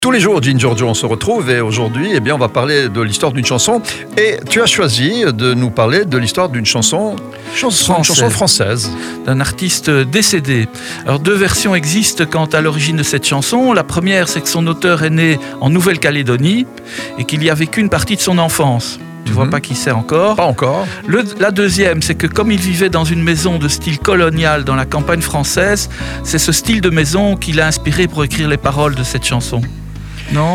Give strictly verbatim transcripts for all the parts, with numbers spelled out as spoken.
Tous les jours, Gene Giorgio, on se retrouve et aujourd'hui, eh bien, on va parler de l'histoire d'une chanson. Et tu as choisi de nous parler de l'histoire d'une chanson, chanson, française. chanson française. D'un artiste décédé. Alors, deux versions existent quant à l'origine de cette chanson. La première, c'est que son auteur est né en Nouvelle-Calédonie et qu'il y a vécu une partie de son enfance. Tu vois Mhm. pas qui c'est encore. Pas encore. Le, la deuxième, c'est que comme il vivait dans une maison de style colonial dans la campagne française, c'est ce style de maison qui l'a inspiré pour écrire les paroles de cette chanson. Non ?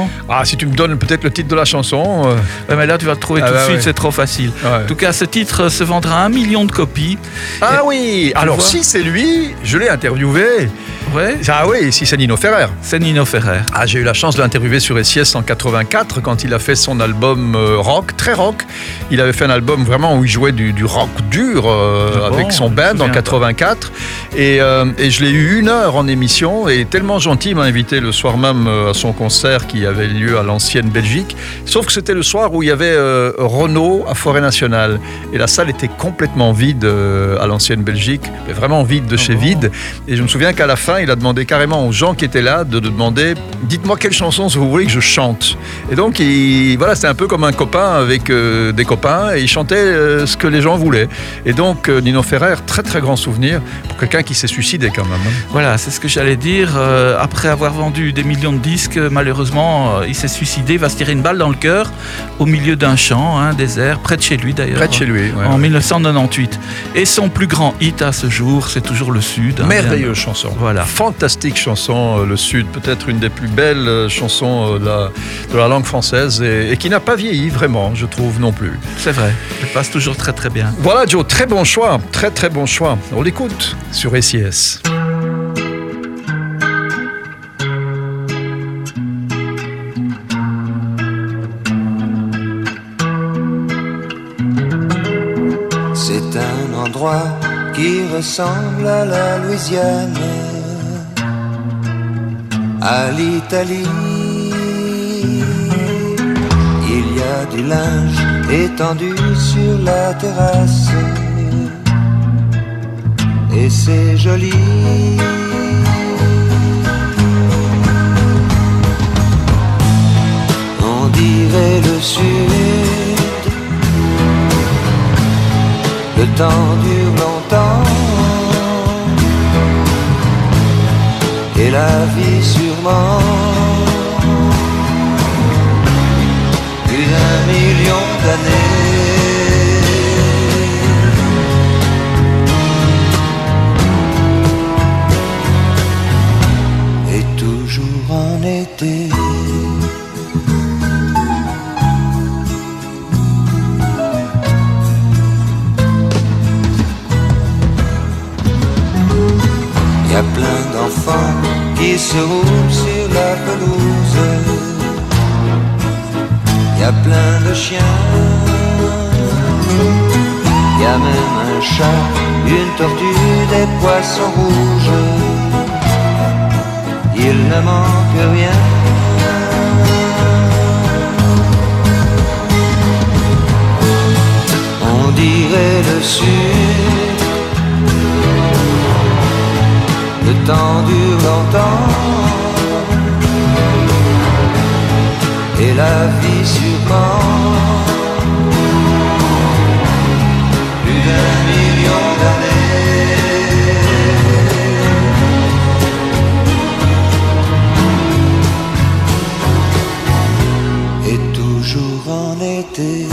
Ah, si tu me donnes peut-être le titre de la chanson. Euh... Ouais, mais là, tu vas le trouver Ah tout bah de suite, ouais. c'est trop facile. Ouais. En tout cas, ce titre se vendra un million de copies. Ah Et- oui. Alors vois si c'est lui, je l'ai interviewé. Ouais, Ah oui, si c'est Nino Ferrer. c'est Nino Ferrer. Ah, j'ai eu la chance de l'interviewer sur S I S en quatre-vingt-quatre quand il a fait son album euh, rock, très rock. Il avait fait un album vraiment où il jouait du, du rock dur euh, Ah bon, avec son je me band souviens en pas. quatre-vingt-quatre. Et, euh, et je l'ai eu une heure en émission et tellement gentil, il m'a invité le soir même euh, à son concert qui avait lieu à l'ancienne Belgique. Sauf que c'était le soir où il y avait euh, Renault à Forêt Nationale. Et la salle était complètement vide euh, à l'ancienne Belgique, mais vraiment vide de Ah chez bon. vide. Et je me souviens qu'à la fin, il a demandé carrément aux gens qui étaient là de, de demander « Dites-moi quelle chanson vous voulez que je chante ?» Et donc, il, voilà, c'était un peu comme un copain avec euh, des copains et il chantait euh, ce que les gens voulaient. Et donc, euh, Nino Ferrer, très très grand souvenir pour quelqu'un qui s'est suicidé quand même. hein. Voilà, c'est ce que j'allais dire. Euh, après avoir vendu des millions de disques, malheureusement, euh, il s'est suicidé. Il va se tirer une balle dans le cœur au milieu d'un champ, un désert, près de chez lui d'ailleurs. Près de chez lui. ouais, En ouais. mille neuf cent quatre-vingt-dix-huit. Et son plus grand hit à ce jour, c'est toujours le Sud. hein, Merveilleuse chanson. Voilà. Fantastique chanson, euh, Le Sud, peut-être une des plus belles euh, chansons euh, de, la, de la langue française et, et qui n'a pas vieilli vraiment, je trouve non plus. C'est vrai, elle passe toujours très très bien. Voilà Joe, très bon choix, très très bon choix. On l'écoute sur S I S. C'est un endroit qui ressemble à la Louisiane, à l'Italie. Il y a du linge étendu sur la terrasse, et c'est joli. On dirait le Sud. Le temps dure longtemps et la vie sûrement plus d'un million d'années et toujours en été. Y a plein d'enfants qui se roulent sur la pelouse. Y a plein de chiens. Y a même un chat, une tortue, des poissons rouges. Il ne manque rien. On dirait le Sud. Le temps dure longtemps et la vie sûrement plus d'un million d'années et toujours en été.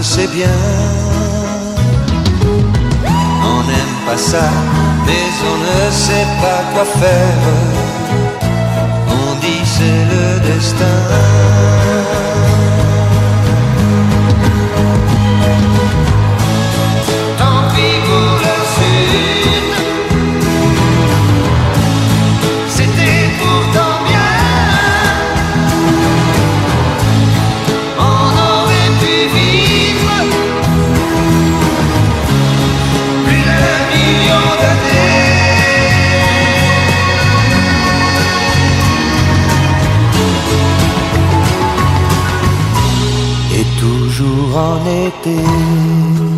le sait bien. On n'aime pas ça, mais on ne sait pas quoi faire. On dit c'est le destin. Tant pis pour le sud, c'était pourtant bien. On aurait pu vivre plus d'un million d'années. Et toujours en été.